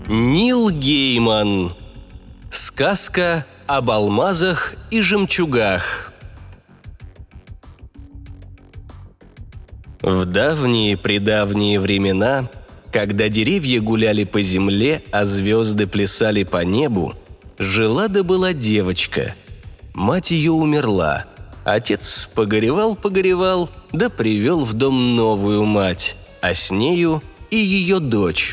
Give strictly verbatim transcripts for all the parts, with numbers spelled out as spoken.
Нил Гейман. Сказка об алмазах и жемчугах. В давние-предавние времена, когда деревья гуляли по земле, а звезды плясали по небу, жила да была девочка. Мать ее умерла. Отец погоревал-погоревал, да привел в дом новую мать, а с нею и ее дочь.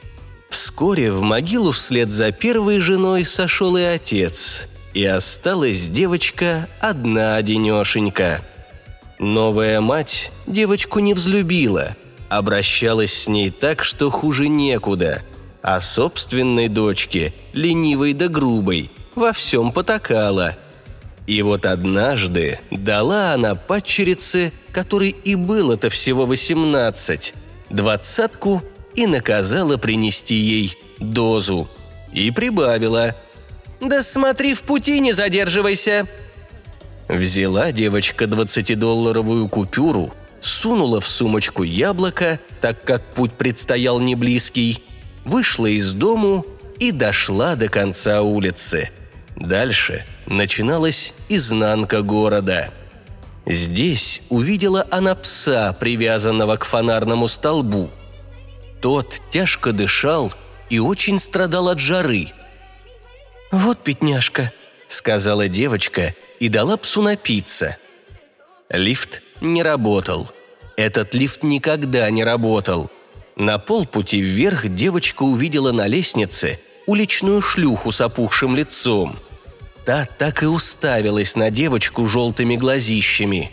Вскоре в могилу вслед за первой женой сошел и отец, и осталась девочка одна-одинешенька. Новая мать девочку не взлюбила, обращалась с ней так, что хуже некуда, а собственной дочке, ленивой да грубой, во всем потакала. И вот однажды дала она падчерице, которой и было-то всего восемнадцать, двадцатку и наказала принести ей дозу. И прибавила: «Да смотри, в пути не задерживайся!» Взяла девочка двадцатидолларовую купюру, сунула в сумочку яблоко, так как путь предстоял неблизкий, вышла из дому и дошла до конца улицы. Дальше начиналась изнанка города. Здесь увидела она пса, привязанного к фонарному столбу. Тот тяжко дышал и очень страдал от жары. «Вот бедняжка», — сказала девочка и дала псу напиться. Лифт не работал. Этот лифт никогда не работал. На полпути вверх девочка увидела на лестнице уличную шлюху с опухшим лицом. Та так и уставилась на девочку желтыми глазищами.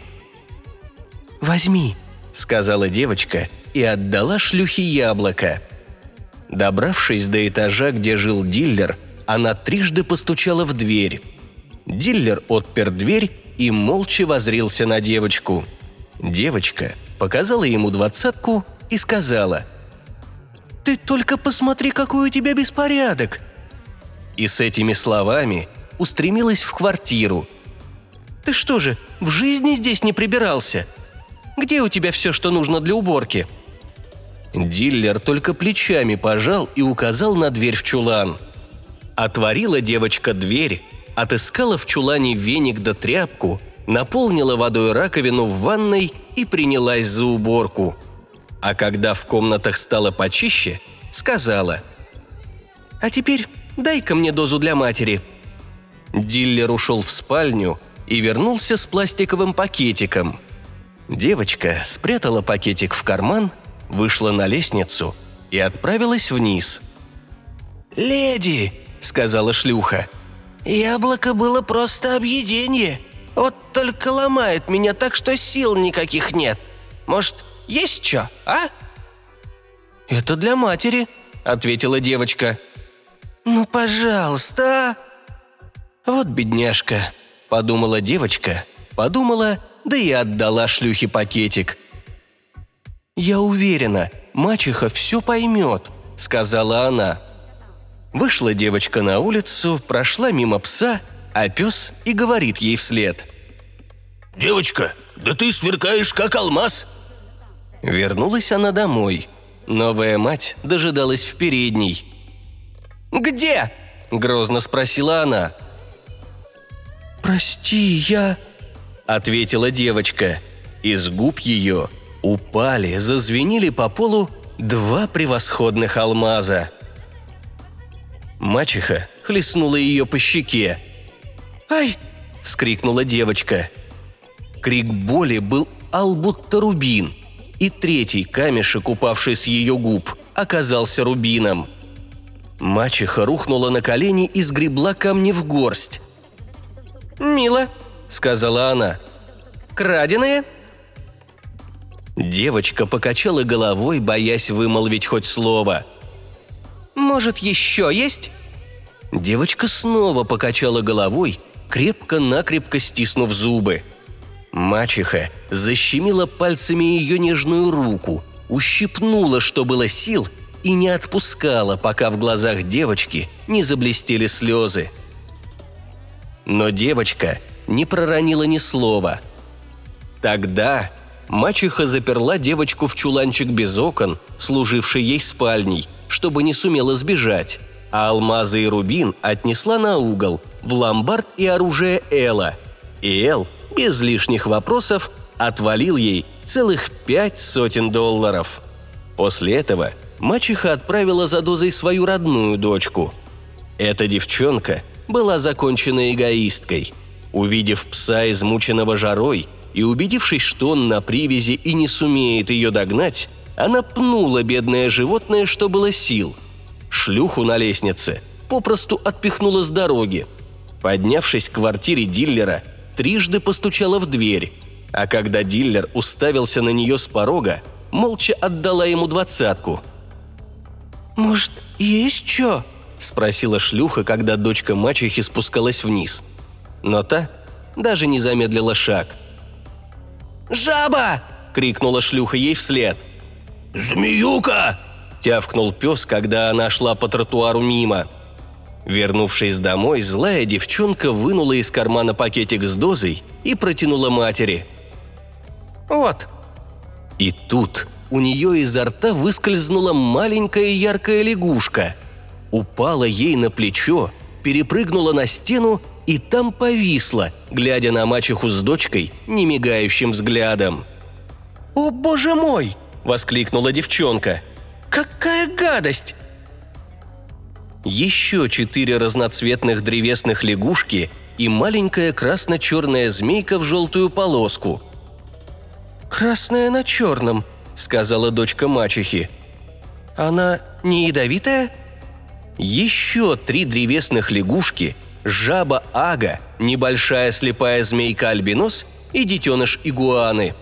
«Возьми», — сказала девочка и отдала шлюхе яблоко. Добравшись до этажа, где жил дилер, она трижды постучала в дверь. Дилер отпер дверь и молча воззрился на девочку. Девочка показала ему двадцатку и сказала: «Ты только посмотри, какой у тебя беспорядок!» И с этими словами устремилась в квартиру. «Ты что же, в жизни здесь не прибирался? Где у тебя все, что нужно для уборки?» Дилер только плечами пожал и указал на дверь в чулан. Отворила девочка дверь, отыскала в чулане веник да тряпку, наполнила водой раковину в ванной и принялась за уборку. А когда в комнатах стало почище, сказала: «А теперь дай-ка мне дозу для матери». Дилер ушел в спальню и вернулся с пластиковым пакетиком. Девочка спрятала пакетик в карман, вышла на лестницу и отправилась вниз. «Леди», — сказала шлюха, — «яблоко было просто объеденье. Вот только ломает меня так, что сил никаких нет. Может, есть что, а?» «Это для матери», — ответила девочка. «Ну, пожалуйста, а?» «Вот бедняжка», — подумала девочка, подумала, да и отдала шлюхе пакетик. «Я уверена, мачеха все поймет», — сказала она. Вышла девочка на улицу, прошла мимо пса, а пес и говорит ей вслед: «Девочка, да ты сверкаешь, как алмаз!» Вернулась она домой. Новая мать дожидалась в передней. «Где?» – грозно спросила она. «Прости, я…» – ответила девочка. Из губ ее упали, зазвенели по полу два превосходных алмаза. Мачеха хлестнула ее по щеке. «Ай!» – вскрикнула девочка. Крик боли был ал будто рубин, и третий камешек, упавший с ее губ, оказался рубином. Мачеха рухнула на колени и сгребла камни в горсть. «Мило», – сказала она. «Краденые?» Девочка покачала головой, боясь вымолвить хоть слово. «Может, еще есть?» Девочка снова покачала головой, крепко-накрепко стиснув зубы. Мачеха защемила пальцами ее нежную руку, ущипнула, что было сил, и не отпускала, пока в глазах девочки не заблестели слезы. Но девочка не проронила ни слова. Тогда мачеха заперла девочку в чуланчик без окон, служивший ей спальней, чтобы не сумела сбежать, а алмазы и рубин отнесла на угол, в ломбард и оружие Эла. И Эл, без лишних вопросов, отвалил ей целых пять сотен долларов. После этого мачеха отправила за дозой свою родную дочку. Эта девчонка была законченной эгоисткой. Увидев пса, измученного жарой, и убедившись, что он на привязи и не сумеет ее догнать, она пнула бедное животное, что было сил. Шлюху на лестнице попросту отпихнула с дороги. Поднявшись к квартире дилера, трижды постучала в дверь, а когда дилер уставился на нее с порога, молча отдала ему двадцатку. «Может, есть чё?» – спросила шлюха, когда дочка мачехи спускалась вниз. Но та даже не замедлила шаг. «Жаба!» – крикнула шлюха ей вслед. «Змеюка!» – тявкнул пес, когда она шла по тротуару мимо. Вернувшись домой, злая девчонка вынула из кармана пакетик с дозой и протянула матери. «Вот». И тут у нее изо рта выскользнула маленькая яркая лягушка. Упала ей на плечо, перепрыгнула на стену и там повисла, глядя на мачеху с дочкой немигающим взглядом. «О, боже мой!» – воскликнула девчонка. «Какая гадость!» Еще четыре разноцветных древесных лягушки и маленькая красно-черная змейка в желтую полоску. «Красная на черном», – сказала дочка мачехи. «Она не ядовитая?» Еще три древесных лягушки, жаба Ага, небольшая слепая змейка-альбинос и детеныш игуаны.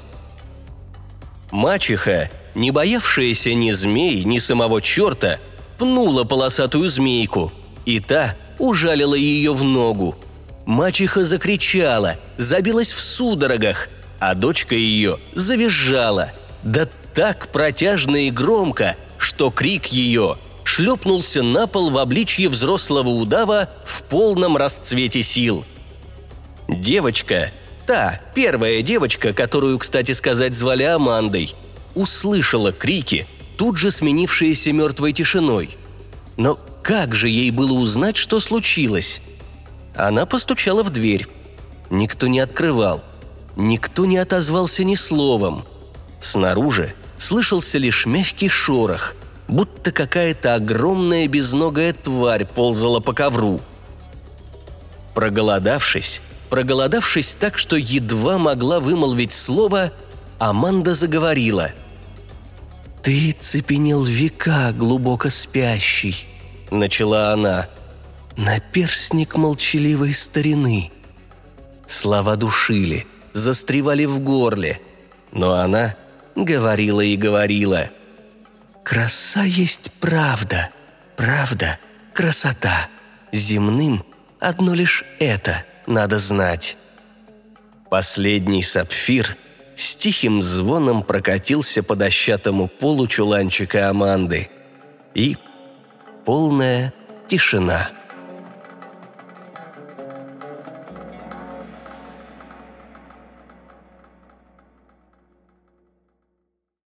Мачеха, не боявшаяся ни змей, ни самого черта, пнула полосатую змейку, и та ужалила ее в ногу. Мачеха закричала, забилась в судорогах, а дочка ее завизжала, да так протяжно и громко, что крик ее шлепнулся на пол в обличье взрослого удава в полном расцвете сил. Девочка, та первая девочка, которую, кстати сказать, звали Амандой, услышала крики, тут же сменившиеся мертвой тишиной. Но как же ей было узнать, что случилось? Она постучала в дверь. Никто не открывал. Никто не отозвался ни словом. Снаружи слышался лишь мягкий шорох, будто какая-то огромная безногая тварь ползала по ковру. Проголодавшись, проголодавшись так, что едва могла вымолвить слово, Аманда заговорила. «Ты цепенел века, глубоко спящий», — начала она, — «наперстник молчаливой старины». Слова душили, застревали в горле, но она говорила и говорила. «Краса есть правда, правда, красота. Земным одно лишь это надо знать». Последний сапфир с тихим звоном прокатился по дощатому полу чуланчика Аманды. И полная тишина.